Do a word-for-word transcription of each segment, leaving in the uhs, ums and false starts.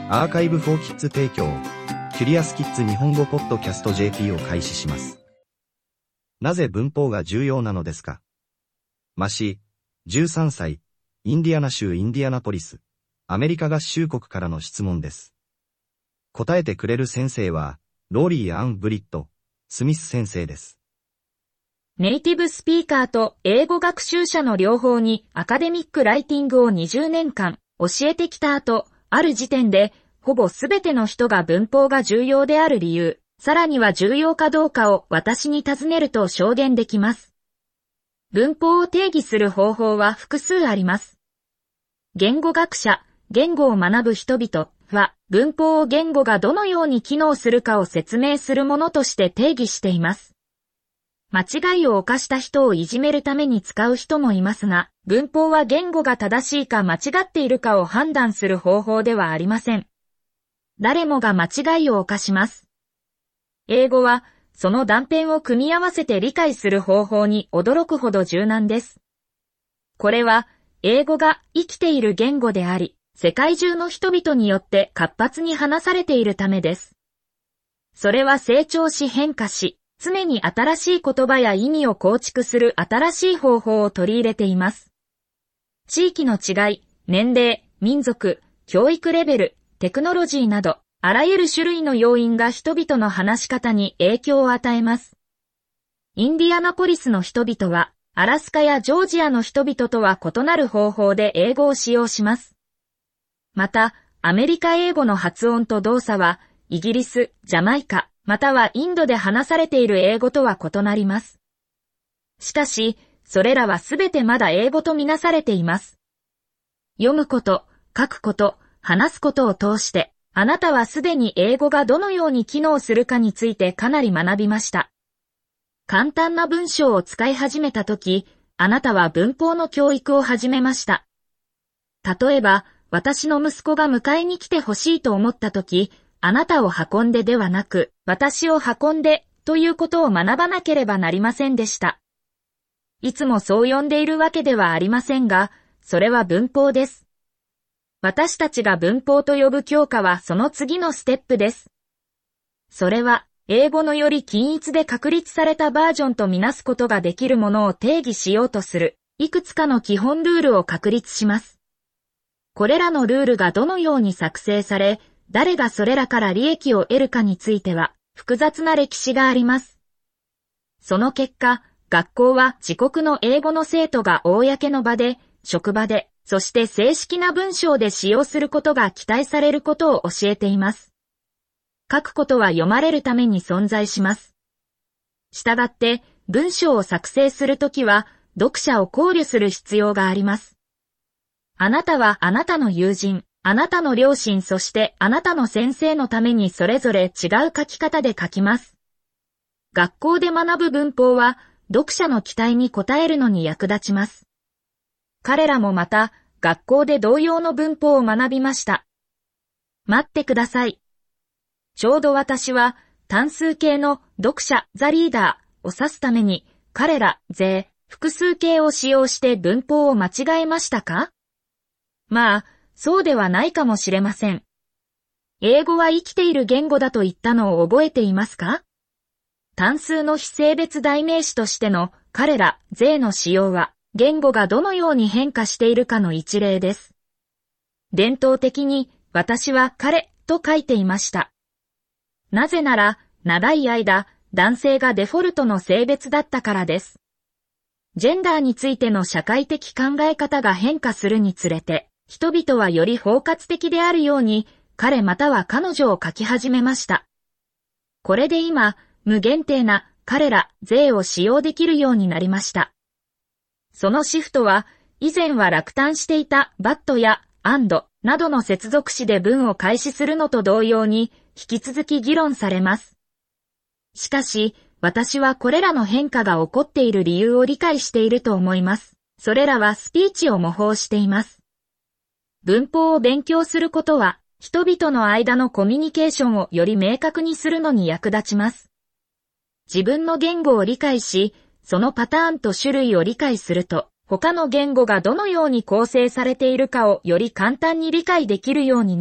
アーカイブフォーキッズ提供、キュリアスキッズ日本語ポッドキャスト ジェーピー を開始します。なぜ文法が重要なのですか？マシ、じゅうさんさい、インディアナ州インディアナポリス、アメリカ合衆国からの質問です。答えてくれる先生は、ローリー・アン・ブリット、スミス先生です。 ネイティブスピーカーと英語学習者の両方にアカデミックライティングをにじゅうねんかん教えてきた後、ある時点でほぼすべての人が文法が重要である理由、さらには重要かどうかを私に尋ねると証言できます。文法を定義する方法は複数あります。言語学者、言語を学ぶ人々は文法を言語がどのように機能するかを説明するものとして定義しています。間違いを犯した人をいじめるために使う人もいますが、文法は言語が正しいか間違っているかを判断する方法ではありません。誰もが間違いを犯します。英語は、その断片を組み合わせて理解する方法に驚くほど柔軟です。これは、英語が生きている言語であり、世界中の人々によって活発に話されているためです。それは成長し変化し、常に新しい言葉や意味を構築する新しい方法を取り入れています。地域の違い、年齢、民族、教育レベル、テクノロジーなど、あらゆる種類の要因が人々の話し方に影響を与えます。インディアナポリスの人々は、アラスカやジョージアの人々とは異なる方法で英語を使用します。また、アメリカ英語の発音と動作は、イギリス、ジャマイカ、またはインドで話されている英語とは異なります。しかし、それらはすべてまだ英語とみなされています。読むこと、書くこと、話すことを通して、あなたはすでに英語がどのように機能するかについてかなり学びました。簡単な文章を使い始めたとき、あなたは文法の教育を始めました。例えば、私の息子が迎えに来てほしいと思ったとき、あなたを運んでではなく、私を運んでということを学ばなければなりませんでした。いつもそう呼んでいるわけではありませんが、それは文法です。私たちが文法と呼ぶ教科はその次のステップです。それは、英語のより均一で確立されたバージョンとみなすことができるものを定義しようとする、いくつかの基本ルールを確立します。これらのルールがどのように作成され、誰がそれらから利益を得るかについては、複雑な歴史があります。その結果、学校は自国の英語の生徒が公の場で、職場で、そして正式な文章で使用することが期待されることを教えています。書くことは読まれるために存在します。したがって、文章を作成するときは、読者を考慮する必要があります。あなたはあなたの友人、あなたの両親そしてあなたの先生のためにそれぞれ違う書き方で書きます。学校で学ぶ文法は読者の期待に応えるのに役立ちます。彼らもまた学校で同様の文法を学びました。待ってください。ちょうど私は単数形の読者、ザリーダーを指すために彼ら、ぜ、複数形を使用して文法を間違えましたか？まあ、そうではないかもしれません。英語は生きている言語だと言ったのを覚えていますか？単数の非性別代名詞としての彼ら、ぜの使用は言語がどのように変化しているかの一例です。伝統的に私は彼と書いていました。なぜなら長い間男性がデフォルトの性別だったからです。ジェンダーについての社会的考え方が変化するにつれて、人々はより包括的であるように、彼または彼女を書き始めました。これで今、無限定な彼ら、ぜを使用できるようになりました。そのシフトは、以前は落胆していたバットやアンドなどの接続詞で文を開始するのと同様に、引き続き議論されます。しかし、私はこれらの変化が起こっている理由を理解していると思います。それらはスピーチを模倣しています。文法を勉強することは、人々の間のコミュニケーションをより明確にするのに役立ちます。自分の言語を理解し、そのパターンと種類を理解すると、他の言語がどのように構成されているかをより簡単に理解できるようになり、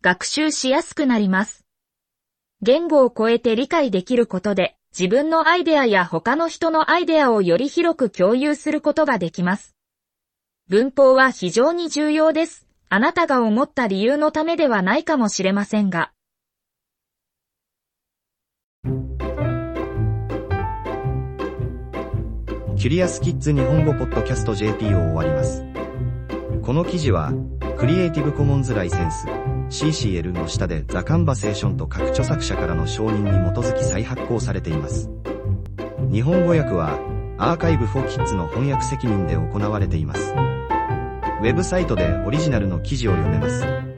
学習しやすくなります。言語を超えて理解できることで、自分のアイデアや他の人のアイデアをより広く共有することができます。文法は非常に重要です。あなたが思った理由のためではないかもしれませんが。 キュリアスキッズ日本語ポッドキャスト ジェーピー を終わります。この記事は、クリエイティブコモンズライセンス シーシーエル の下でザ・カンバセーションと各著作者からの承認に基づき再発行されています。日本語訳は、アーカイブ・フォー・キッズの翻訳責任で行われています。ウェブサイトでオリジナルの記事を読めます。